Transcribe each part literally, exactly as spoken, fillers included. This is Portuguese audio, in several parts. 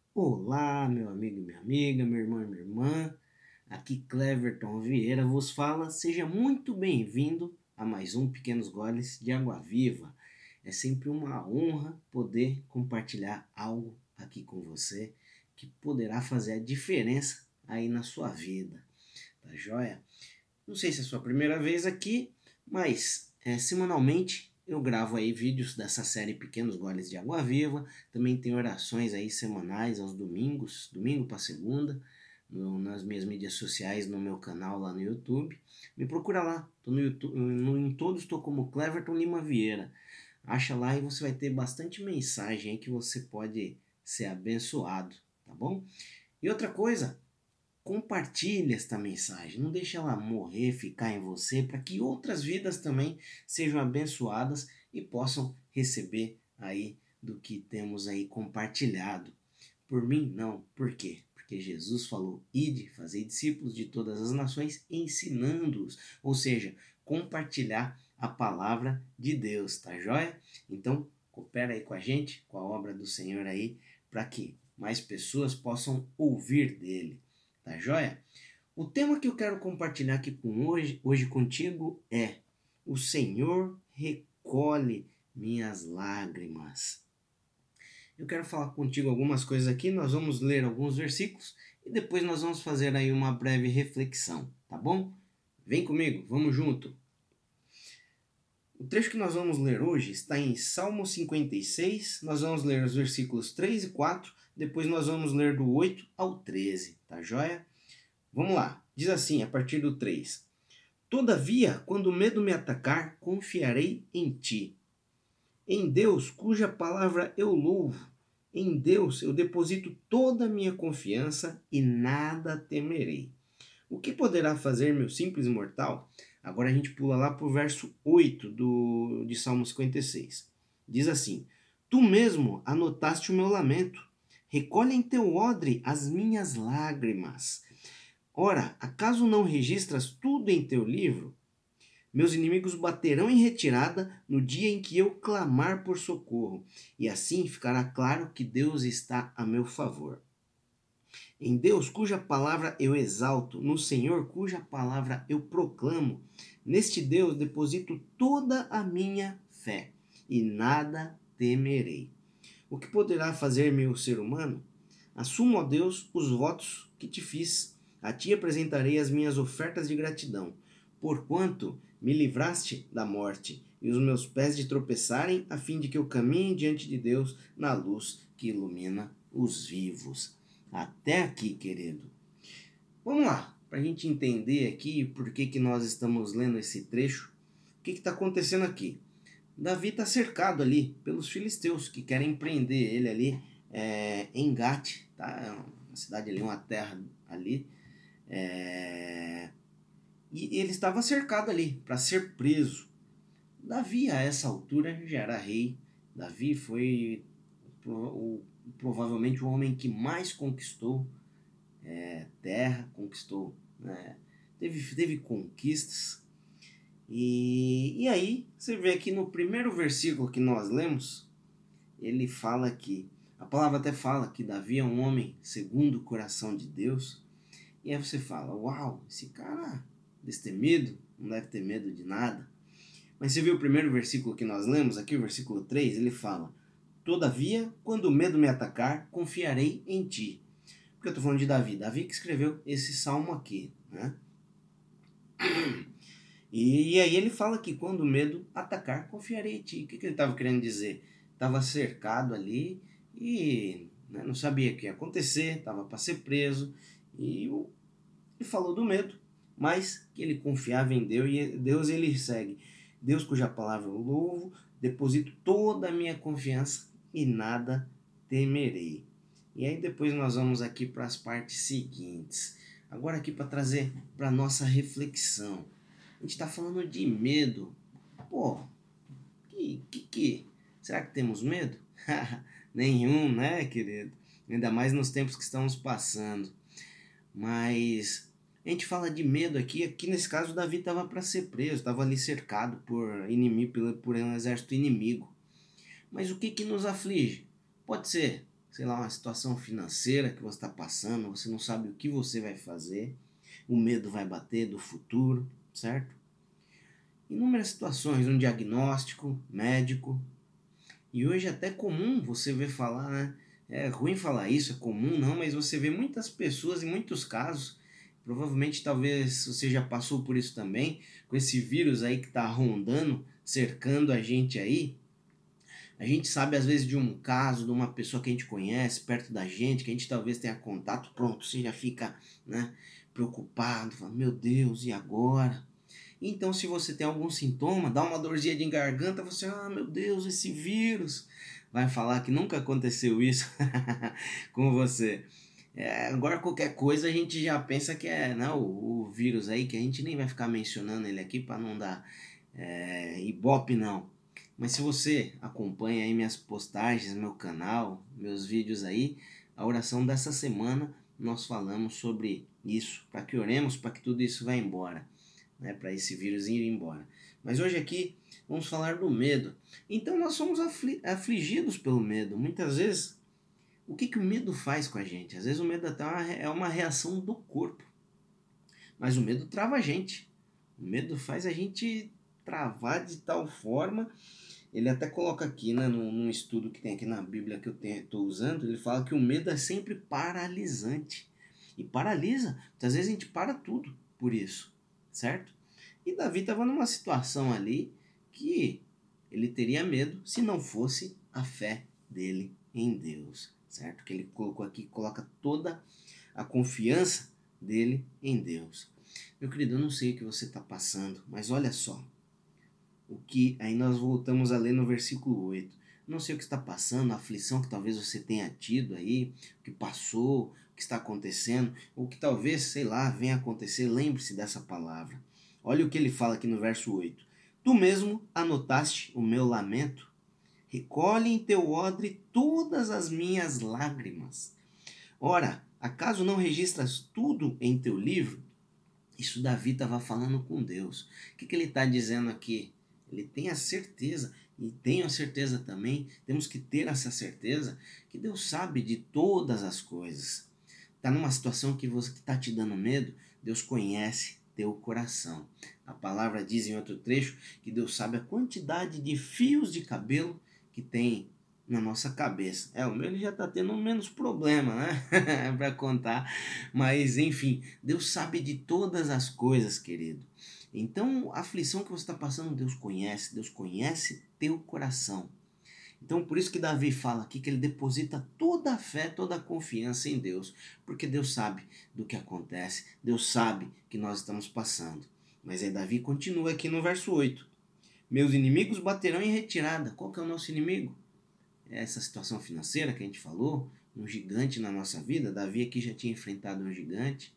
Olá, meu amigo e minha amiga, meu irmão e minha irmã. Aqui Cleverton Vieira vos fala. Seja muito bem-vindo a mais um Pequenos Goles de Água Viva. É sempre uma honra poder compartilhar algo aqui com você que poderá fazer a diferença aí na sua vida, tá joia? Não sei se é a sua primeira vez aqui, mas é, semanalmente eu gravo aí vídeos dessa série Pequenos Goles de Água Viva. Também tem orações aí semanais aos domingos, domingo para segunda, no, nas minhas mídias sociais, no meu canal lá no YouTube. Me procura lá, tô no YouTube, no, em todos estou como Cleverton Lima Vieira. Acha lá e você vai ter bastante mensagem aí que você pode ser abençoado, tá bom? E outra coisa, compartilhe esta mensagem, não deixe ela morrer, ficar em você, para que outras vidas também sejam abençoadas e possam receber aí do que temos aí compartilhado. Por mim, não. Por quê? Porque Jesus falou: ide, fazei discípulos de todas as nações, ensinando-os, ou seja, compartilhar a palavra de Deus, tá joia? Então, coopera aí com a gente, com a obra do Senhor aí, para que mais pessoas possam ouvir dele. Tá joia? O tema que eu quero compartilhar aqui com hoje, hoje contigo é: o Senhor recolhe minhas lágrimas. Eu quero falar contigo algumas coisas aqui, nós vamos ler alguns versículos e depois nós vamos fazer aí uma breve reflexão, tá bom? Vem comigo, vamos junto. O trecho que nós vamos ler hoje está em Salmo cinquenta e seis, nós vamos ler os versículos três e quatro, depois nós vamos ler do oito ao treze, tá joia? Vamos lá, diz assim a partir do três: Todavia, quando o medo me atacar, confiarei em ti. Em Deus, cuja palavra eu louvo, em Deus eu deposito toda a minha confiança e nada temerei. O que poderá fazer meu simples mortal? Agora a gente pula lá para o verso oito do, de Salmo cinquenta e seis. Diz assim: Tu mesmo anotaste o meu lamento, recolhe em teu odre as minhas lágrimas. Ora, acaso não registras tudo em teu livro? Meus inimigos baterão em retirada no dia em que eu clamar por socorro, e assim ficará claro que Deus está a meu favor. Em Deus, cuja palavra eu exalto, no Senhor, cuja palavra eu proclamo, neste Deus deposito toda a minha fé, e nada temerei. O que poderá fazer-me o ser humano? Assumo, ó Deus, os votos que te fiz. A ti apresentarei as minhas ofertas de gratidão, porquanto me livraste da morte e os meus pés de tropeçarem, a fim de que eu caminhe diante de Deus na luz que ilumina os vivos. Até aqui, querido. Vamos lá, para a gente entender aqui por que, que nós estamos lendo esse trecho. O que está acontecendo aqui? Davi está cercado ali pelos filisteus que querem prender ele ali é, em Gate, tá? Uma cidade ali, uma terra ali. É... E ele estava cercado ali para ser preso. Davi, a essa altura, já era rei. Davi foi o, provavelmente o homem que mais conquistou é, terra, conquistou, né? teve, teve conquistas. E, e aí, você vê aqui no primeiro versículo que nós lemos, ele fala que, a palavra até fala que Davi é um homem segundo o coração de Deus. E aí você fala: uau, esse cara destemido, não deve ter medo de nada. Mas você viu o primeiro versículo que nós lemos aqui, o versículo três, ele fala: Todavia, quando o medo me atacar, confiarei em ti. Porque eu estou falando de Davi, Davi que escreveu esse salmo aqui, né? E, e aí ele fala que quando o medo atacar, confiarei em ti. O que, que ele estava querendo dizer? Estava cercado ali e né, não sabia o que ia acontecer, estava para ser preso. E ele falou do medo, mas que ele confiava em Deus e Deus ele segue. Deus cuja palavra eu louvo, deposito toda a minha confiança e nada temerei. E aí depois nós vamos aqui para as partes seguintes. Agora aqui para trazer para nossa reflexão. A gente está falando de medo. Pô, que, que, que? Será que temos medo? Nenhum, né, querido? Ainda mais nos tempos que estamos passando. Mas a gente fala de medo aqui. Aqui nesse caso, Davi estava para ser preso, estava ali cercado por inimigo, por um exército inimigo. Mas o que, que nos aflige? Pode ser sei lá, uma situação financeira que você está passando, você não sabe o que você vai fazer, o medo vai bater do futuro, certo? Inúmeras situações, um diagnóstico médico, e hoje é até comum você ver falar, né? É ruim falar isso, é comum não, mas você vê muitas pessoas, em muitos casos, provavelmente talvez você já passou por isso também, com esse vírus aí que está rondando, cercando a gente aí. A gente sabe às vezes de um caso, de uma pessoa que a gente conhece, perto da gente, que a gente talvez tenha contato, pronto, você já fica, né, preocupado, fala, meu Deus, e agora? Então, se você tem algum sintoma, dá uma dorzinha de garganta, você, ah, meu Deus, esse vírus. Vai falar que nunca aconteceu isso com você. É, agora, qualquer coisa a gente já pensa que é não, o, o vírus aí, que a gente nem vai ficar mencionando ele aqui para não dar é, ibope, não. Mas se você acompanha aí minhas postagens, meu canal, meus vídeos aí, a oração dessa semana nós falamos sobre isso, para que oremos para que tudo isso vá embora. Né, para esse vírus ir embora. Mas hoje aqui vamos falar do medo. Então nós somos afli afligidos pelo medo. Muitas vezes, o que, que o medo faz com a gente? Às vezes o medo até é uma reação do corpo. Mas o medo trava a gente. O medo faz a gente travar de tal forma. Ele até coloca aqui, né, num, num estudo que tem aqui na Bíblia que eu estou usando, ele fala que o medo é sempre paralisante. E paralisa. Muitas vezes a gente para tudo por isso. Certo? E Davi estava numa situação ali que ele teria medo se não fosse a fé dele em Deus, certo? Que ele colocou aqui, coloca toda a confiança dele em Deus. Meu querido, eu não sei o que você está passando, mas olha só, o que aí nós voltamos a ler no versículo oito. Não sei o que está passando, a aflição que talvez você tenha tido aí, o que passou, o que está acontecendo, ou que talvez, sei lá, venha acontecer, lembre-se dessa palavra. Olha o que ele fala aqui no verso oito. Tu mesmo anotaste o meu lamento, recolhe em teu odre todas as minhas lágrimas. Ora, acaso não registras tudo em teu livro? Isso Davi estava falando com Deus. O que, que ele está dizendo aqui? Ele tem a certeza, e tenho a certeza também, temos que ter essa certeza, que Deus sabe de todas as coisas. Está numa situação que você está te dando medo, Deus conhece teu coração. A palavra diz em outro trecho que Deus sabe a quantidade de fios de cabelo que tem na nossa cabeça. É, o meu ele já está tendo menos problema, né? para contar. Mas, enfim, Deus sabe de todas as coisas, querido. Então, a aflição que você está passando, Deus conhece. Deus conhece teu coração. Então, por isso que Davi fala aqui que ele deposita toda a fé, toda a confiança em Deus. Porque Deus sabe do que acontece. Deus sabe que nós estamos passando. Mas aí Davi continua aqui no verso oito. Meus inimigos baterão em retirada. Qual que é o nosso inimigo? É essa situação financeira que a gente falou, um gigante na nossa vida. Davi aqui já tinha enfrentado um gigante.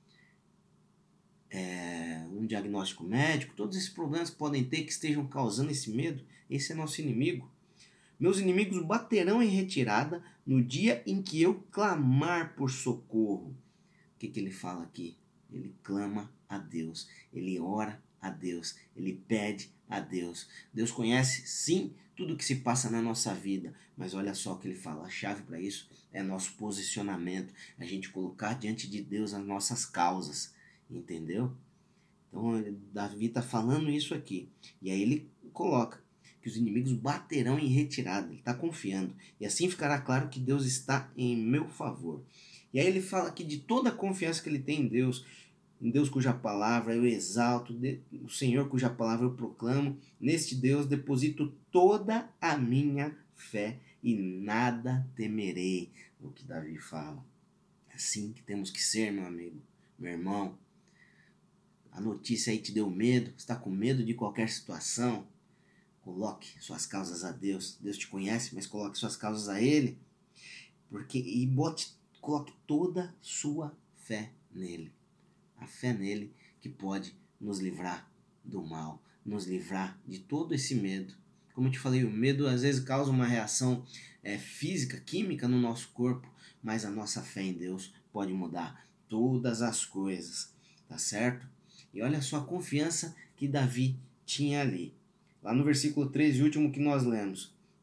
É, um diagnóstico médico, todos esses problemas que podem ter que estejam causando esse medo, esse é nosso inimigo. Meus inimigos baterão em retirada no dia em que eu clamar por socorro. O que, que ele fala aqui? Ele clama a Deus, ele ora a Deus, ele pede a Deus. Deus conhece, sim, tudo que se passa na nossa vida, mas olha só o que ele fala, a chave para isso é nosso posicionamento, a gente colocar diante de Deus as nossas causas, entendeu? Então, Davi está falando isso aqui, e aí ele coloca que os inimigos baterão em retirada, ele está confiando, e assim ficará claro que Deus está em meu favor. E aí ele fala aqui de toda a confiança que ele tem em Deus, em Deus cuja palavra eu exalto, o Senhor cuja palavra eu proclamo, neste Deus deposito toda a minha fé e nada temerei, o que Davi fala. É assim que temos que ser, meu amigo, meu irmão. A notícia aí te deu medo, está com medo de qualquer situação, coloque suas causas a Deus. Deus te conhece, mas coloque suas causas a Ele, porque e bote, coloque toda sua fé nele. A fé nele que pode nos livrar do mal, nos livrar de todo esse medo. Como eu te falei, o medo às vezes causa uma reação é, física, química no nosso corpo, mas a nossa fé em Deus pode mudar todas as coisas, tá certo? E olha só a confiança que Davi tinha ali. Lá no versículo treze, último que nós lemos,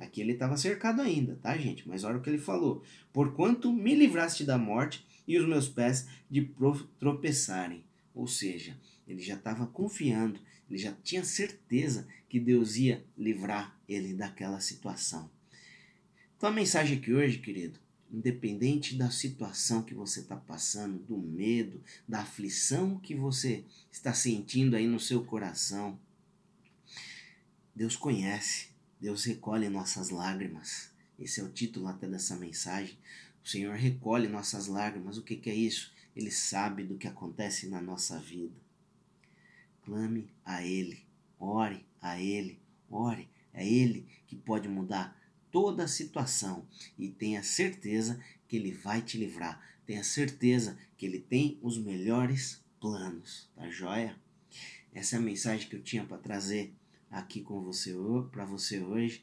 Aqui ele estava cercado ainda, tá, gente? Mas olha o que ele falou. Porquanto me livraste da morte e os meus pés de tropeçarem. Ou seja, ele já estava confiando, ele já tinha certeza que Deus ia livrar ele daquela situação. Então a mensagem aqui hoje, querido, independente da situação que você está passando, do medo, da aflição que você está sentindo aí no seu coração, Deus conhece, Deus recolhe nossas lágrimas. Esse é o título até dessa mensagem. O Senhor recolhe nossas lágrimas. O que, que é isso? Ele sabe do que acontece na nossa vida. Clame a Ele, ore a Ele, ore. É Ele que pode mudar toda a situação e tenha certeza que Ele vai te livrar. Tenha certeza que Ele tem os melhores planos, tá joia? Essa é a mensagem que eu tinha para trazer aqui com você, para você hoje,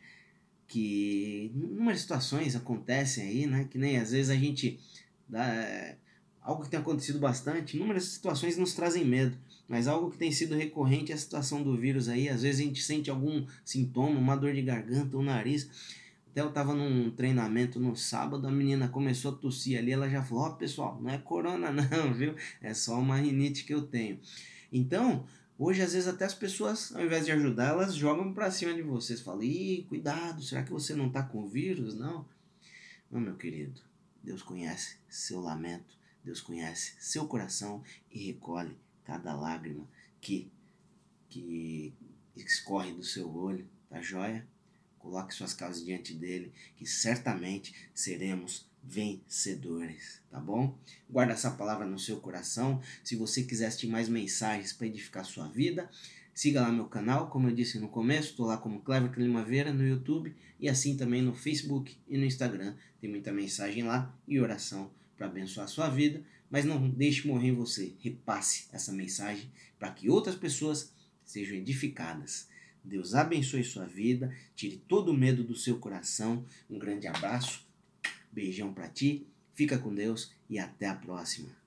que inúmeras situações acontecem aí, né? Que nem às vezes a gente dá, é, algo que tem acontecido bastante, inúmeras situações nos trazem medo, mas algo que tem sido recorrente é a situação do vírus aí. Às vezes a gente sente algum sintoma, uma dor de garganta ou nariz. Até eu estava num treinamento no sábado, a menina começou a tossir ali, ela já falou, ó, oh, pessoal, não é corona não, viu? É só uma rinite que eu tenho. Então, hoje às vezes até as pessoas, ao invés de ajudar, elas jogam pra cima de vocês. Falam, ih, cuidado, será que você não tá com vírus? Não. Não, meu querido, Deus conhece seu lamento, Deus conhece seu coração e recolhe cada lágrima que, que escorre do seu olho, tá joia? Coloque suas causas diante dele, que certamente seremos vencedores, tá bom? Guarda essa palavra no seu coração. Se você quiser assistir mais mensagens para edificar sua vida, siga lá meu canal, como eu disse no começo, estou lá como Cleverton Limaveira no YouTube e assim também no Facebook e no Instagram. Tem muita mensagem lá e oração para abençoar a sua vida, mas não deixe morrer em você. Repasse essa mensagem para que outras pessoas sejam edificadas. Deus abençoe sua vida, tire todo o medo do seu coração. Um grande abraço, beijão para ti, fica com Deus e até a próxima.